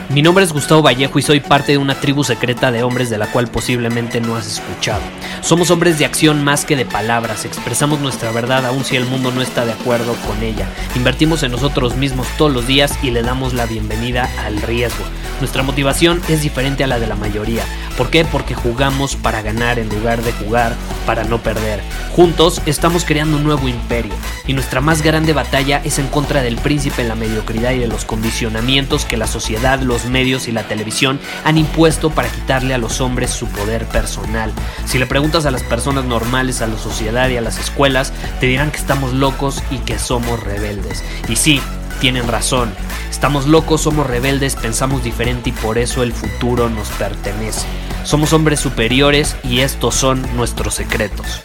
Mi nombre es Gustavo Vallejo y soy parte de una tribu secreta de hombres de la cual posiblemente no has escuchado. Somos hombres de acción más que de palabras, expresamos nuestra verdad aun si el mundo no está de acuerdo con ella. Invertimos en nosotros mismos todos los días y le damos la bienvenida al riesgo. Nuestra motivación es diferente a la de la mayoría. ¿Por qué? Porque jugamos para ganar en lugar de jugar para no perder. Juntos estamos creando un nuevo imperio y nuestra más grande batalla es en contra del príncipe, la mediocridad y de los condicionamientos que la sociedad, los medios y la televisión han impuesto para quitarle a los hombres su poder personal. Si le preguntas a las personas normales, a la sociedad y a las escuelas, te dirán que estamos locos y que somos rebeldes. Y sí, tienen razón. Estamos locos, somos rebeldes, pensamos diferente y por eso el futuro nos pertenece. Somos hombres superiores y estos son nuestros secretos.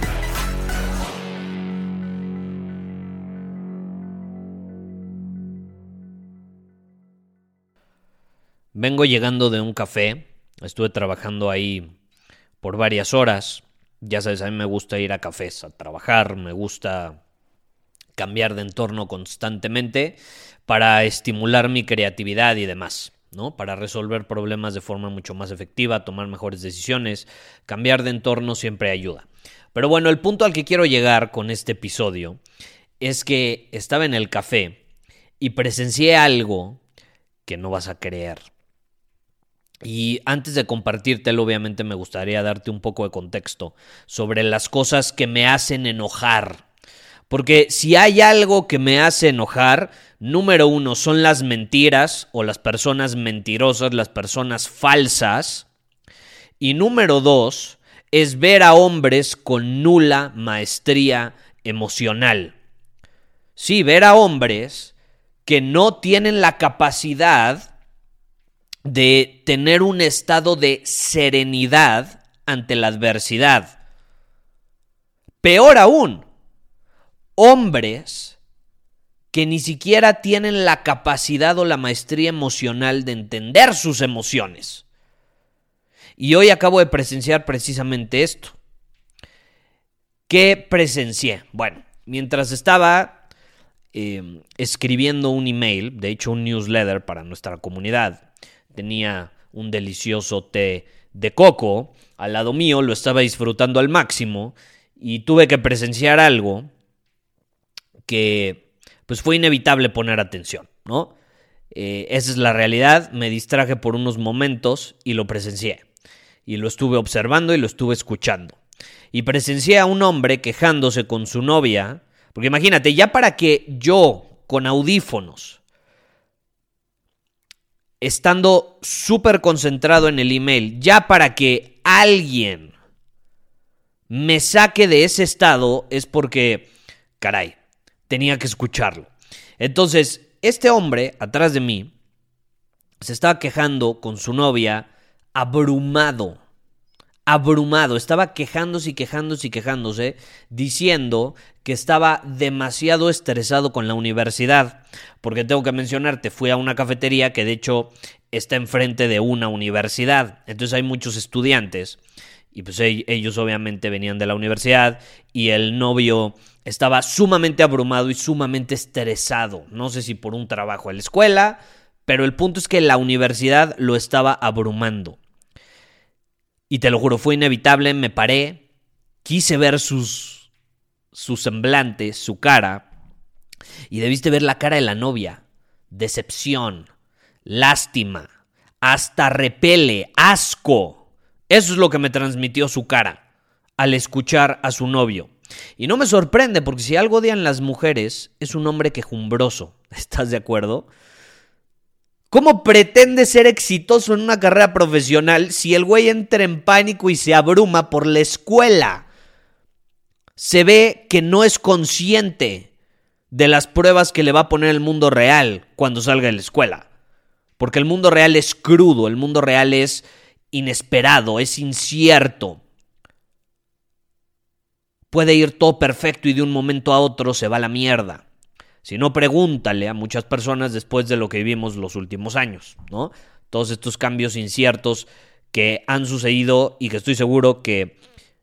Vengo llegando de un café, estuve trabajando ahí por varias horas. Ya sabes, a mí me gusta ir a cafés a trabajar, me gusta cambiar de entorno constantemente para estimular mi creatividad y demás, ¿no? Para resolver problemas de forma mucho más efectiva, tomar mejores decisiones, cambiar de entorno siempre ayuda. Pero bueno, el punto al que quiero llegar con este episodio es que estaba en el café y presencié algo que no vas a creer. Y antes de compartírtelo, obviamente me gustaría darte un poco de contexto sobre las cosas que me hacen enojar. Porque si hay algo que me hace enojar, número uno, son las mentiras o las personas mentirosas, las personas falsas. Y número dos, es ver a hombres con nula maestría emocional. Sí, ver a hombres que no tienen la capacidad de tener un estado de serenidad ante la adversidad. Peor aún, hombres que ni siquiera tienen la capacidad o la maestría emocional de entender sus emociones. Y hoy acabo de presenciar precisamente esto. ¿Qué presencié? Bueno, mientras estaba escribiendo un email, de hecho un newsletter para nuestra comunidad, tenía un delicioso té de coco al lado mío, lo estaba disfrutando al máximo y tuve que presenciar algo que pues fue inevitable poner atención, ¿no? Esa es la realidad, me distraje por unos momentos y lo presencié. Y lo estuve observando y lo estuve escuchando. Y presencié a un hombre quejándose con su novia, porque imagínate, ya para que yo con audífonos, estando súper concentrado en el email, ya para que alguien me saque de ese estado es porque, caray, tenía que escucharlo. Entonces, este hombre atrás de mí se estaba quejando con su novia, abrumado, estaba quejándose, diciendo que estaba demasiado estresado con la universidad, porque tengo que mencionarte, fui a una cafetería que de hecho está enfrente de una universidad, entonces hay muchos estudiantes, y pues ellos obviamente venían de la universidad, y el novio estaba sumamente abrumado y sumamente estresado, no sé si por un trabajo en la escuela, pero el punto es que la universidad lo estaba abrumando. Y te lo juro, fue inevitable, me paré, quise ver su semblante, su cara, y debiste ver la cara de la novia. Decepción, lástima, hasta repele, asco. Eso es lo que me transmitió su cara al escuchar a su novio. Y no me sorprende, porque si algo odian las mujeres, es un hombre quejumbroso. ¿Estás de acuerdo? ¿Cómo pretende ser exitoso en una carrera profesional si el güey entra en pánico y se abruma por la escuela? Se ve que no es consciente de las pruebas que le va a poner el mundo real cuando salga de la escuela. Porque el mundo real es crudo, el mundo real es inesperado, es incierto. Puede ir todo perfecto y de un momento a otro se va a la mierda. Si no, pregúntale a muchas personas después de lo que vivimos los últimos años, ¿no? Todos estos cambios inciertos que han sucedido y que estoy seguro que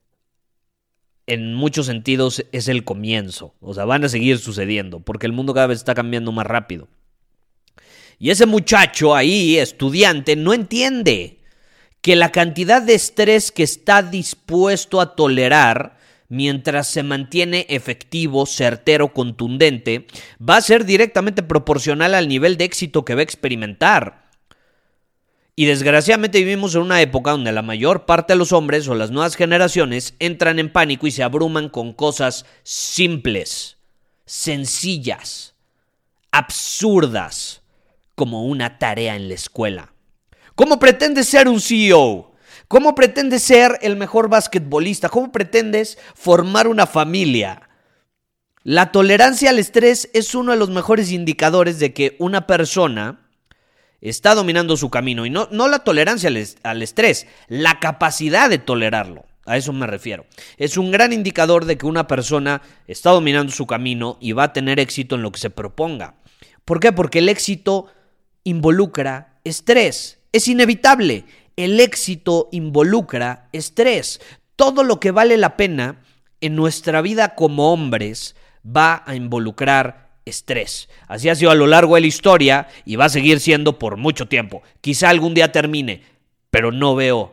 en muchos sentidos es el comienzo. O sea, van a seguir sucediendo porque el mundo cada vez está cambiando más rápido. Y ese muchacho ahí, estudiante, no entiende que la cantidad de estrés que está dispuesto a tolerar mientras se mantiene efectivo, certero, contundente, va a ser directamente proporcional al nivel de éxito que va a experimentar. Y desgraciadamente vivimos en una época donde la mayor parte de los hombres o las nuevas generaciones entran en pánico y se abruman con cosas simples, sencillas, absurdas, como una tarea en la escuela. ¿Cómo pretendes ser un CEO? ¿Cómo pretendes ser el mejor basquetbolista? ¿Cómo pretendes formar una familia? La tolerancia al estrés es uno de los mejores indicadores de que una persona está dominando su camino. Y no la tolerancia al estrés, la capacidad de tolerarlo. A eso me refiero. Es un gran indicador de que una persona está dominando su camino y va a tener éxito en lo que se proponga. ¿Por qué? Porque el éxito involucra estrés. Es inevitable. El éxito involucra estrés. Todo lo que vale la pena en nuestra vida como hombres va a involucrar estrés. Así ha sido a lo largo de la historia y va a seguir siendo por mucho tiempo. Quizá algún día termine, pero no veo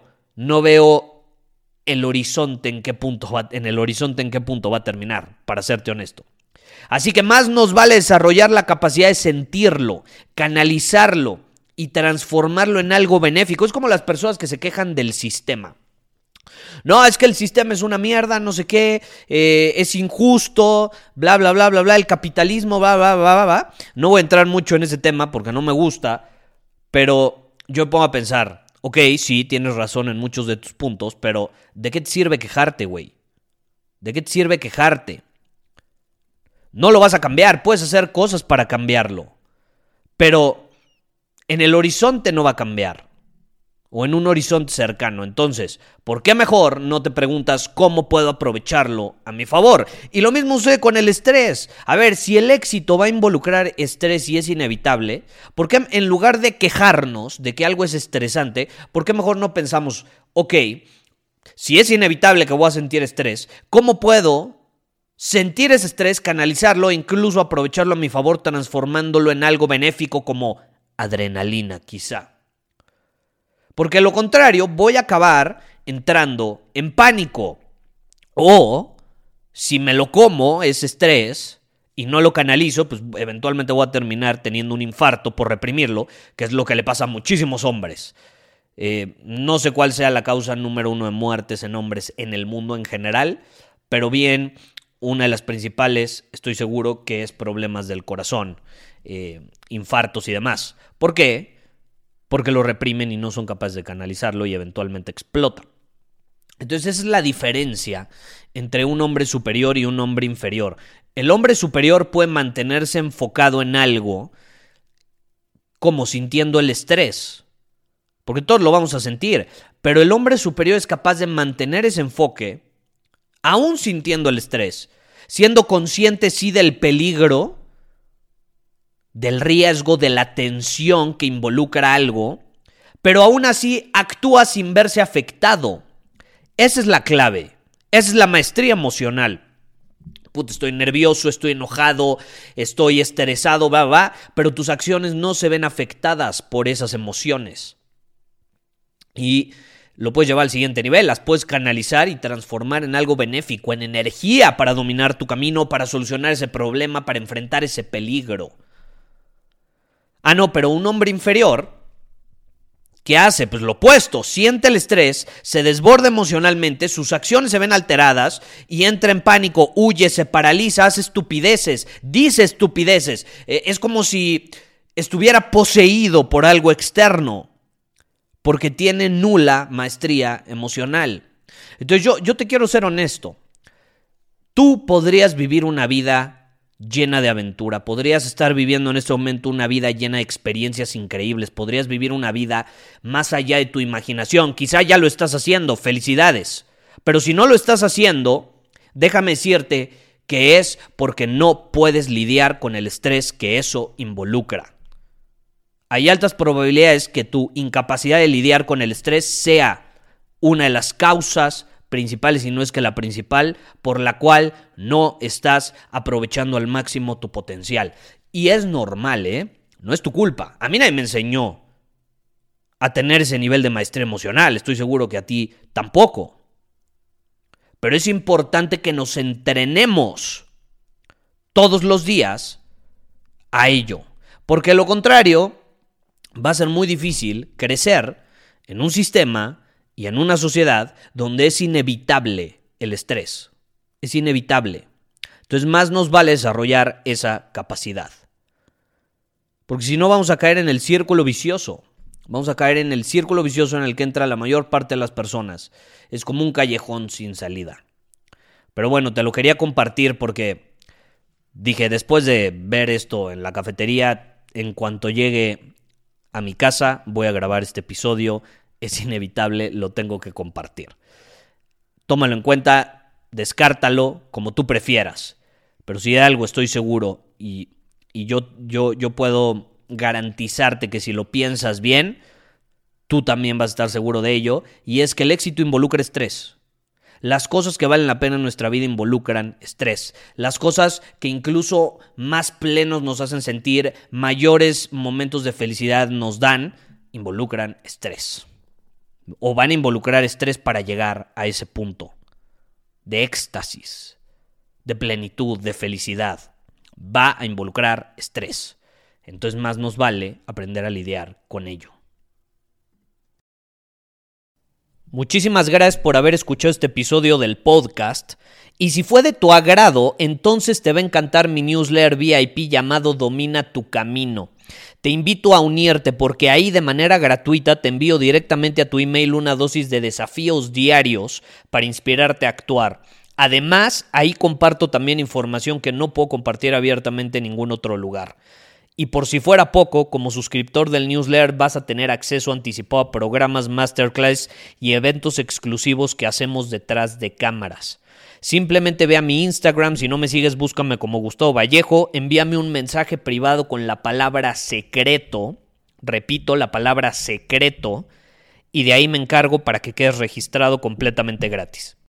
el horizonte en qué punto va a terminar, para serte honesto. Así que más nos vale desarrollar la capacidad de sentirlo, canalizarlo y transformarlo en algo benéfico. Es como las personas que se quejan del sistema. No, es que el sistema es una mierda, no sé qué, es injusto, bla, bla, bla, bla, bla, el capitalismo, bla, bla, bla, bla, bla. No voy a entrar mucho en ese tema porque no me gusta, pero yo me pongo a pensar, ok, sí, tienes razón en muchos de tus puntos, pero ¿de qué te sirve quejarte, güey? ¿De qué te sirve quejarte? No lo vas a cambiar, puedes hacer cosas para cambiarlo, pero en el horizonte no va a cambiar, o en un horizonte cercano. Entonces, ¿por qué mejor no te preguntas cómo puedo aprovecharlo a mi favor? Y lo mismo sucede con el estrés. A ver, si el éxito va a involucrar estrés y es inevitable, ¿por qué en lugar de quejarnos de que algo es estresante, por qué mejor no pensamos, ok, si es inevitable que voy a sentir estrés, ¿cómo puedo sentir ese estrés, canalizarlo e incluso aprovecharlo a mi favor, transformándolo en algo benéfico como adrenalina, quizá? Porque de lo contrario, voy a acabar entrando en pánico. O, si me lo como, ese estrés, y no lo canalizo, pues eventualmente voy a terminar teniendo un infarto por reprimirlo, que es lo que le pasa a muchísimos hombres. No sé cuál sea la causa número 1 de muertes en hombres en el mundo en general, pero bien, una de las principales, estoy seguro que es problemas del corazón, infartos y demás. ¿Por qué? Porque lo reprimen y no son capaces de canalizarlo y eventualmente explota. Entonces esa es la diferencia entre un hombre superior y un hombre inferior. El hombre superior puede mantenerse enfocado en algo como sintiendo el estrés, porque todos lo vamos a sentir, pero el hombre superior es capaz de mantener ese enfoque aún sintiendo el estrés, siendo consciente sí del peligro, del riesgo, de la tensión que involucra algo, pero aún así actúa sin verse afectado. Esa es la clave, esa es la maestría emocional. Puta, estoy nervioso, estoy enojado, estoy estresado, pero tus acciones no se ven afectadas por esas emociones. Y lo puedes llevar al siguiente nivel, las puedes canalizar y transformar en algo benéfico, en energía para dominar tu camino, para solucionar ese problema, para enfrentar ese peligro. Ah, no, pero un hombre inferior, ¿qué hace? Pues lo opuesto, siente el estrés, se desborda emocionalmente, sus acciones se ven alteradas y entra en pánico, huye, se paraliza, hace estupideces, dice estupideces. Es como si estuviera poseído por algo externo, porque tiene nula maestría emocional. Entonces yo te quiero ser honesto. Tú podrías vivir una vida llena de aventura, podrías estar viviendo en este momento una vida llena de experiencias increíbles, podrías vivir una vida más allá de tu imaginación, quizá ya lo estás haciendo, felicidades, pero si no lo estás haciendo, déjame decirte que es porque no puedes lidiar con el estrés que eso involucra. Hay altas probabilidades que tu incapacidad de lidiar con el estrés sea una de las causas principales, y no es que la principal, por la cual no estás aprovechando al máximo tu potencial. Y es normal, No es tu culpa. A mí nadie me enseñó a tener ese nivel de maestría emocional. Estoy seguro que a ti tampoco. Pero es importante que nos entrenemos todos los días a ello. Porque lo contrario, va a ser muy difícil crecer en un sistema y en una sociedad donde es inevitable el estrés. Es inevitable. Entonces más nos vale desarrollar esa capacidad. Porque si no vamos a caer en el círculo vicioso. Vamos a caer en el círculo vicioso en el que entra la mayor parte de las personas. Es como un callejón sin salida. Pero bueno, te lo quería compartir porque dije, después de ver esto en la cafetería, en cuanto llegue a mi casa, voy a grabar este episodio. Es inevitable, lo tengo que compartir. Tómalo en cuenta, descártalo como tú prefieras. Pero si de algo estoy seguro y yo puedo garantizarte que si lo piensas bien, tú también vas a estar seguro de ello, y es que el éxito involucra estrés. Las cosas que valen la pena en nuestra vida involucran estrés. Las cosas que incluso más plenos nos hacen sentir, mayores momentos de felicidad nos dan, involucran estrés. O van a involucrar estrés para llegar a ese punto de éxtasis, de plenitud, de felicidad. Va a involucrar estrés. Entonces más nos vale aprender a lidiar con ello. Muchísimas gracias por haber escuchado este episodio del podcast. Y si fue de tu agrado, entonces te va a encantar mi newsletter VIP llamado Domina tu Camino. Te invito a unirte porque ahí de manera gratuita te envío directamente a tu email una dosis de desafíos diarios para inspirarte a actuar. Además, ahí comparto también información que no puedo compartir abiertamente en ningún otro lugar. Y por si fuera poco, como suscriptor del newsletter vas a tener acceso anticipado a programas, masterclass y eventos exclusivos que hacemos detrás de cámaras. Simplemente ve a mi Instagram, si no me sigues búscame como Gustavo Vallejo, envíame un mensaje privado con la palabra secreto, repito, la palabra secreto, y de ahí me encargo para que quedes registrado completamente gratis.